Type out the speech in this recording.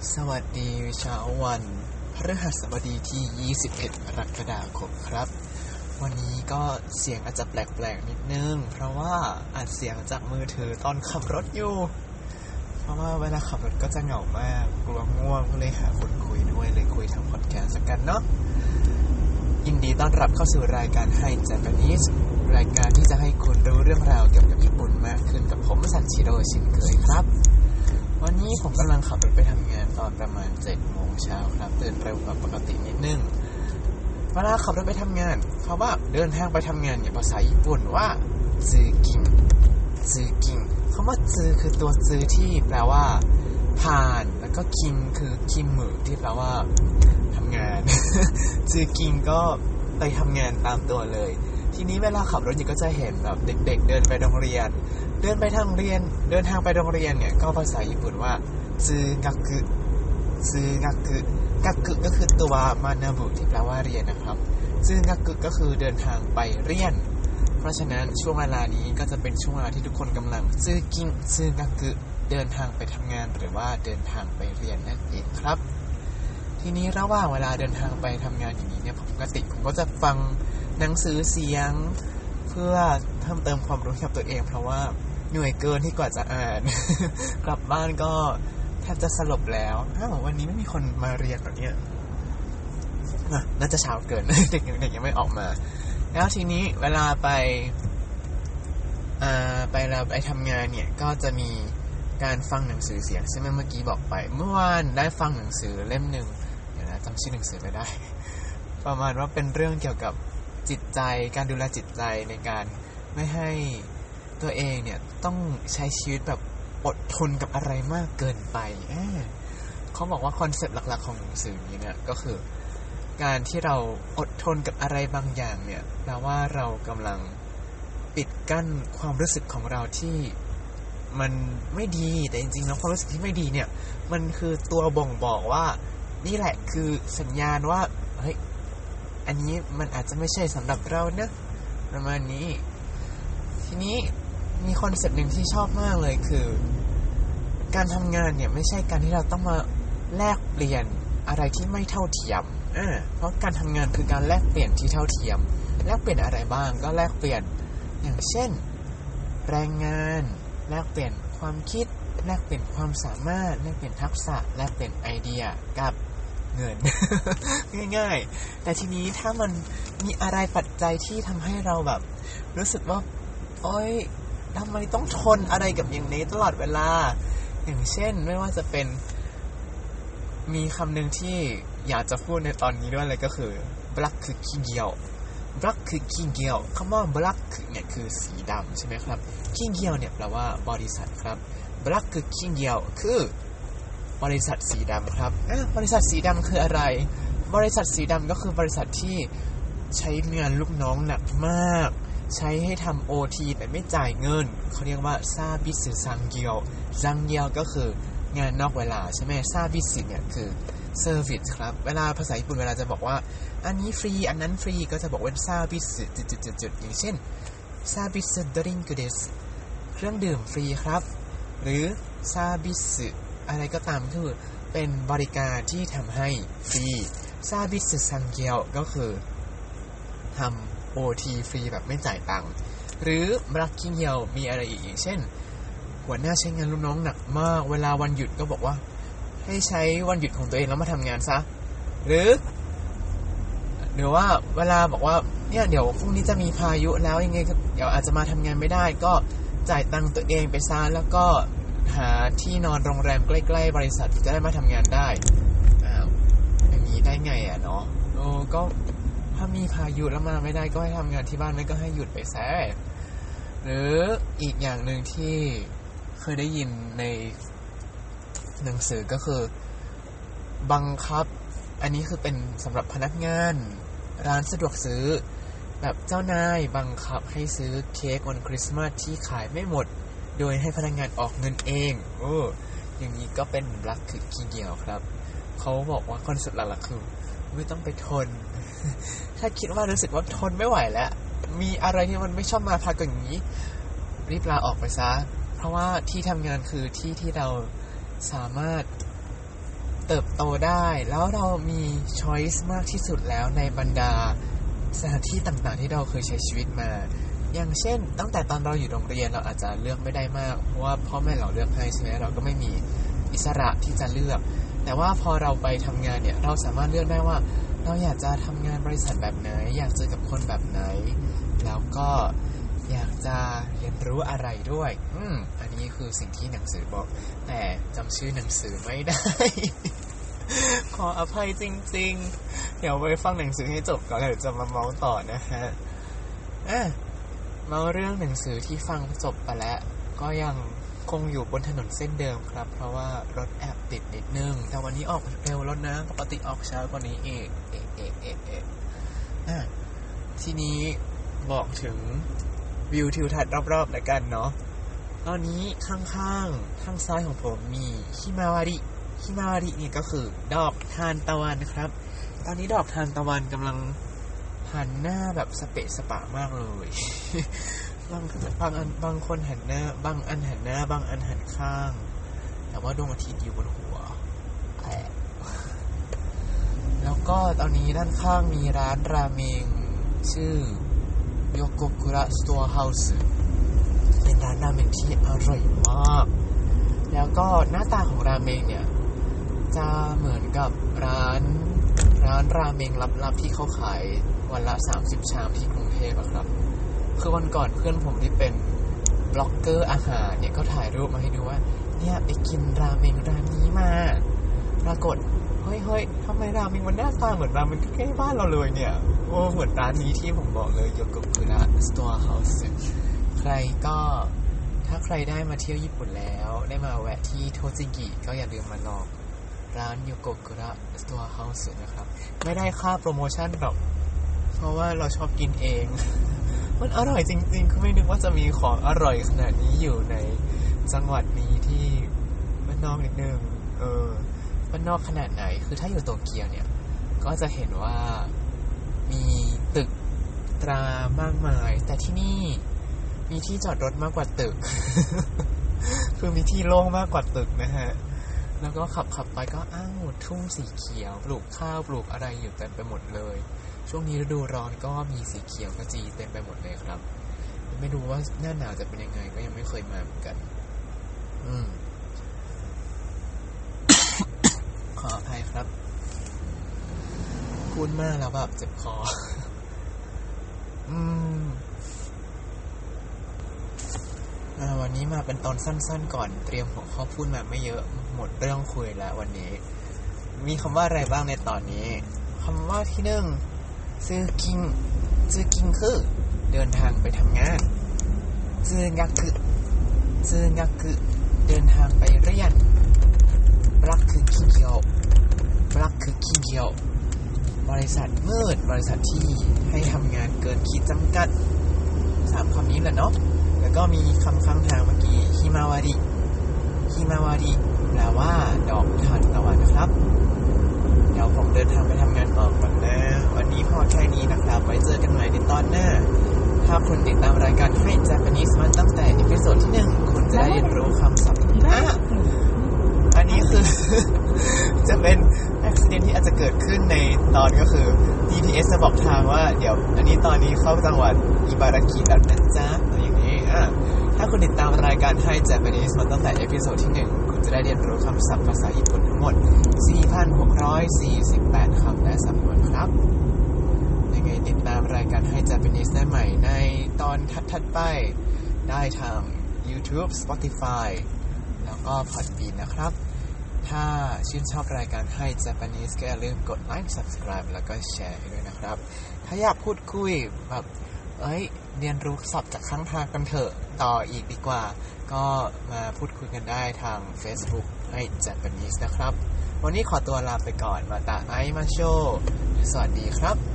สวัสดีเช้าวันพฤหัสบดีที่21กรกฎาคมครับวันนี้ก็เสียงอาจจะแปลกๆนิดนึงเพราะว่าอัดเสียงจากมือถือตอนขับรถอยู่เพราะว่าเวลาขับรถก็จะเหงามากกลัวง่วงก็เลยหาคนคุยด้วยเลยคุยทางพอดแคสต์กันเนาะยินดีต้อนรับเข้าสู่รายการ Hi Japanese รายการที่จะให้คุณรู้เรื่องราวเกี่ยวกับญี่ปุ่นมากขึ้นกับผมซันชิโร่เช่นเคยครับวันนี้ผมกำลังขับรถไปทำงานตอนประมาณ 7 โมงเช้าครับตื่นเร็วกว่าปกตินิดนึงเวลาขับรถไปทำงานเขาว่าเดินทางไปทำงานเนี่ยภาษาญี่ปุ่นว่าซึกิงคำว่าซึคือตัวซึที่แปลว่าผ่านแล้วก็กิงคือคิมมือที่แปลว่าทำงาน ซึกิงก็ไปทำงานตามตัวเลยทีนี้เวลาขับรถก็จะเห็นแบบเด็กๆเดินไปโรงเรียนเดินทางไปโรงเรียนเนี่ยก็ภาษาญี่ปุ่นว่าซึงักึกักึก็คือตัวมานาบุที่แปลว่าเรียนนะครับซึงักึก็คือเดินทางไปเรียนเพราะฉะนั้นช่วงเวลานี้ก็จะเป็นช่วงเวลาที่ทุกคนกำลังซึงักึเดินทางไปทำงานหรือว่าเดินทางไปเรียนนั่นเองครับทีนี้ระหว่างเวลาเดินทางไปทำงานอย่างนี้เนี่ยปกติผมก็จะฟังหนังสือเสียงเพื่อเพิ่มเติมความรู้ให้กับตัวเองเพราะว่าเหนื่อยเกินที่กว่าจะอ่าน กลับบ้านก็แทบจะสลบแล้ววันนี้ไม่มีคนมาเรียนหรอเนี่ยน่าจะเช้าเกิน เด็กยังไม่ออกมาแล้วทีนี้เวลาไปทำงานเนี่ยก็จะมีการฟังหนังสือเสียงใช่ไหมเมื่อกี้บอกไปเมื่อวานได้ฟังหนังสือเล่มหนึ่งเดี๋ยวนะจำชื่อหนังสือไม่ได้ ประมาณว่าเป็นเรื่องเกี่ยวกับจิตใจการดูแลจิตใจในการไม่ให้ตัวเองเนี่ยต้องใช้ชีวิตแบบอดทนกับอะไรมากเกินไปเขาบอกว่าคอนเซ็ปต์หลักๆของหนังสือนี้เนี่ยก็คือการที่เราอดทนกับอะไรบางอย่างเนี่ยแปลว่าเรากำลังปิดกั้นความรู้สึกของเราที่มันไม่ดีแต่จริงๆแล้วความรู้สึกที่ไม่ดีเนี่ยมันคือตัวบ่งบอกว่านี่แหละคือสัญญาณว่าเฮ้ยอันนี้มันอาจจะไม่ใช่สำหรับเรานะประมาณนี้ทีนี้มีคอนเซ็ปต์หนึ่งที่ชอบมากเลยคือการทำงานเนี่ยไม่ใช่การที่เราต้องมาแลกเปลี่ยนอะไรที่ไม่เท่าเทียมเพราะการทำงานคือการแลกเปลี่ยนที่เท่าเทียมแลกเปลี่ยนอะไรบ้างก็แลกเปลี่ยนอย่างเช่นแรงงานแลกเปลี่ยนความคิดแลกเปลี่ยนความสามารถแลกเปลี่ยนทักษะแลกเปลี่ยนไอเดียกับเงิน ง่ายๆแต่ทีนี้ถ้ามันมีอะไรปัจจัยที่ทำให้เราแบบรู้สึกว่าโอ๊ยทำไมต้องทนอะไรกับอย่างนี้ตลอดเวลาอย่างเช่นไม่ว่าจะเป็นมีคำหนึ่งที่อยากจะพูดในตอนนี้ด้วยเลยก็คือ black คือขี้เกียว black คือขี้เกียวคำว่า black เนี่ยคือสีดำใช่ไหมครับขี้เกียวเนี่ยแปลว่าบริษัทครับ black คือขี้เกียวคือบริษัทสีดำครับบริษัทสีดำคืออะไรบริษัทสีดำก็คือบริษัทที่ใช้งานลูกน้องหนักมากใช้ให้ทำ OT แต่ไม่จ่ายเงินเขาเรียกว่าซาบิสึซังเกียวก็คืองานนอกเวลาใช่ไหมซาบิสึเนี่ยคือเซอร์วิสครับเวลาภาษาญี่ปุ่นเวลาจะบอกว่าอันนี้ฟรีอันนั้นฟรีก็จะบอกว่าซาบิสึจุดๆอย่างเช่นซาบิสึดริงกุเดสเครื่องดื่มฟรีครับหรือซาบิสึอะไรก็ตามคือเป็นบริการที่ทำให้ฟรีซาบิสึซังเกียวก็คือทำ OT ฟรีแบบไม่จ่ายตังค์หรือบลักกิ้งเกียวมีอะไรอีกเช่นหัวหน้าใช้งานลูกน้องหนักมากเวลาวันหยุดก็บอกว่าให้ใช้วันหยุดของตัวเองแล้วมาทำงานซะหรือว่าเวลาบอกว่าเนี่ยเดี๋ยวพรุ่งนี้จะมีพายุแล้วยังไงเดี๋ยวอาจจะมาทำงานไม่ได้ก็จ่ายตังค์ตัวเองไปซะแล้วก็หาที่นอนโรงแรมใกล้ๆบริษัทจะได้มาทำงานได้อย่างนี้ได้ไงเนาะก็ถ้ามีพายุแล้วมาไม่ได้ก็ให้ทำงานที่บ้านไม่ก็ให้หยุดไปซะหรืออีกอย่างหนึ่งที่เคยได้ยินในหนังสือก็คือบังคับอันนี้คือเป็นสำหรับพนักงานร้านสะดวกซื้อแบบเจ้านายบังคับให้ซื้อเค้กวันคริสต์มาสที่ขายไม่หมดโดยให้พนักงานออกเงินเองอย่างนี้ก็เป็นบลักคือขี้เกียวครับเขาบอกว่าคอนเซ็ปต์หลักๆคือไม่ต้องไปทน ถ้าคิดว่ารู้สึกว่าทนไม่ไหวแล้วมีอะไรที่มันไม่ชอบมาพากลอย่างนี้รีบลาออกไปซะเพราะว่าที่ทำงานคือที่เราสามารถเติบโตได้แล้วเรามี choice มากที่สุดแล้วในบรรดาสถานที่ต่างๆที่เราเคยใช้ชีวิตมาอย่างเช่นตั้งแต่ตอนเราอยู่โรงเรียนเราอาจจะเลือกไม่ได้มากเพราะว่าพ่อแม่เราเลือกให้ใช่ไหมเราก็ไม่มีอิสระที่จะเลือกแต่ว่าพอเราไปทำงานเนี่ยเราสามารถเลือกได้ว่าเราอยากจะทำงานบริษัทแบบไหนอยากเจอกับคนแบบไหนแล้วก็อยากจะเรียนรู้อะไรด้วยอันนี้คือสิ่งที่หนังสือบอกแต่จำชื่อหนังสือไม่ได้ ขออภัยจริงๆเดี๋ยวไปฟังหนังสือให้จบก่อนเดี๋ยวจะมาเมาต่อนะฮะเมาเรื่องหนังสือที่ฟังจบไปแล้วก็ยังคงอยู่บนถนนเส้นเดิมครับเพราะว่ารถแอบติดนิดนึงแต่วันนี้ออกเร็วแล้วนะปกติออกช้ากว่านี้อีกทีนี้บอกถึงวิวทิวทัศน์รอบๆแล้วกันเนาะตอนนี้ข้างทางซ้ายของผมมีฮิมาวารินี่ก็คือดอกทานตะวันครับตอนนี้ดอกทานตะวันกำลังหันหน้าแบบสเปะสปะมากเลย บางคนหันหน้าบางอันหันหน้าบางอันหันข้างแต่ว่าดวงอาทิตย์อยู่บนหัวแล้วก็ตอนนี้ด้านข้างมีร้านราเมงชื่อโยโกคุระสโตร์เฮาส์เป็นร้านราเมงที่อร่อยมากแล้วก็หน้าตาของราเมงเนี่ยจะเหมือนกับร้านราเมงลับๆที่เขาขายวันละ30ชามที่กรุงเทพครับคือวันก่อนเพื่อนผมที่เป็นบล็อกเกอร์อาหารเนี่ยก็ถ่ายรูปมาให้ดูว่าเนี่ยไปกินราเมงร้านนี้มาปรากฏเฮ้ยทำไมราเมงมันหน้าตาเหมือนราเมงใกล้บ้านเราเลยเนี่ยเหมือนร้านนี้ที่ผมบอกเลยโยโกคุระสโตร์เฮาส์ถ้าใครได้มาเที่ยวญี่ปุ่นแล้วได้มาแวะที่โทจิกิก็อย่าลืมมาลองร้านโยโกคุระสโตร์เฮาส์นะครับไม่ได้ค่าโปรโมชั่นหรอกเพราะว่าเราชอบกินเอง มันอร่อยจริงๆคือไม่นึกว่าจะมีของอร่อยขนาดนี้อยู่ในจังหวัดนี้ที่บ้านนอกนิดนึงบ้านนอกขนาดไหนคือถ้าอยู่โตเกียวเนี่ยก็จะเห็นว่ามีตึกตรามากมายแต่ที่นี่มีที่จอดรถมากกว่าตึก คือมีที่โล่งมากกว่าตึกนะฮะแล้วก็ขับไปก็ทุ่งสีเขียวปลูกข้าวปลูกอะไรอยู่เต็มไปหมดเลยช่วงนี้ฤดูร้อนก็มีสีเขียวขจีเต็มไปหมดเลยครับไม่รู้ว่าหน้าหนาวจะเป็นยังไงก็ยังไม่เคยมาเหมือนกัน ขออภัยครับพูดมากแล้วแบบเจ็บคอ วันนี้มาเป็นตอนสั้นๆก่อนเตรียมหัวข้อพูดมาไม่เยอะหมดเรื่องคุยแล้ววันนี้มีคำว่าอะไรบ้างในตอนนี้คำว่าที่1ซื้อกินคือเดินทางไปทำงานซื้องักคือเดินทางไปเรียนบลักคือขี้เกียวบริษัทมืดบริษัทที่ให้ทำงานเกินขีดจำกัด3คำนี้แหละเนาะแล้วก็มีคำข้างทางเมื่อกี้ฮิมาวาริแปลว่าดอกทานตะวันนะครับเดี๋ยวผมเดินทางไปทำงานต่อก่อนนะวันนี้พอแค่นี้นะครับไว้เจอกันใหม่ในตอนหน้าถ้าคุณติดตามรายการให้ Japanese มาตั้งแต่อีพิโซดที่1คุณจะได้เรียนรู้คำศัพท์อันนี้คือ จะเป็นอุบัติเหตุที่อาจจะเกิดขึ้นในตอนก็คือ GPS จะบอกทางว่าเดี๋ยวอันนี้ตอนนี้เข้าจังหวัดอิบารากิแล้วนะจ๊ะอย่างนี้ถ้าคุณติดตามรายการให้ Japanese มาตั้งแต่เอพิโซดที่1คุณจะได้เรียนรู้คำศัพท์ภาษาญี่ปุ่นทั้งหมด 4,648 คำและสำนวนครับยังไงติดตามรายการให้ Japanese ได้ใหม่ในตอนถัดๆไปได้ทาง YouTube Spotify แล้วก็ Podbean นะครับถ้าชื่นชอบรายการให้ Japanese ก็อย่าลืมกดไลค์ Subscribe แล้วก็แชร์ให้ด้วยนะครับถ้าอยากพูดคุยแบบเรียนรู้ศัพท์จากข้างทางกันเถอะต่ออีกดีกว่าก็มาพูดคุยกันได้ทาง Facebook ให้ Japanese นะครับวันนี้ขอตัวลาไปก่อนมาตาไอมาโชสวัสดีครับ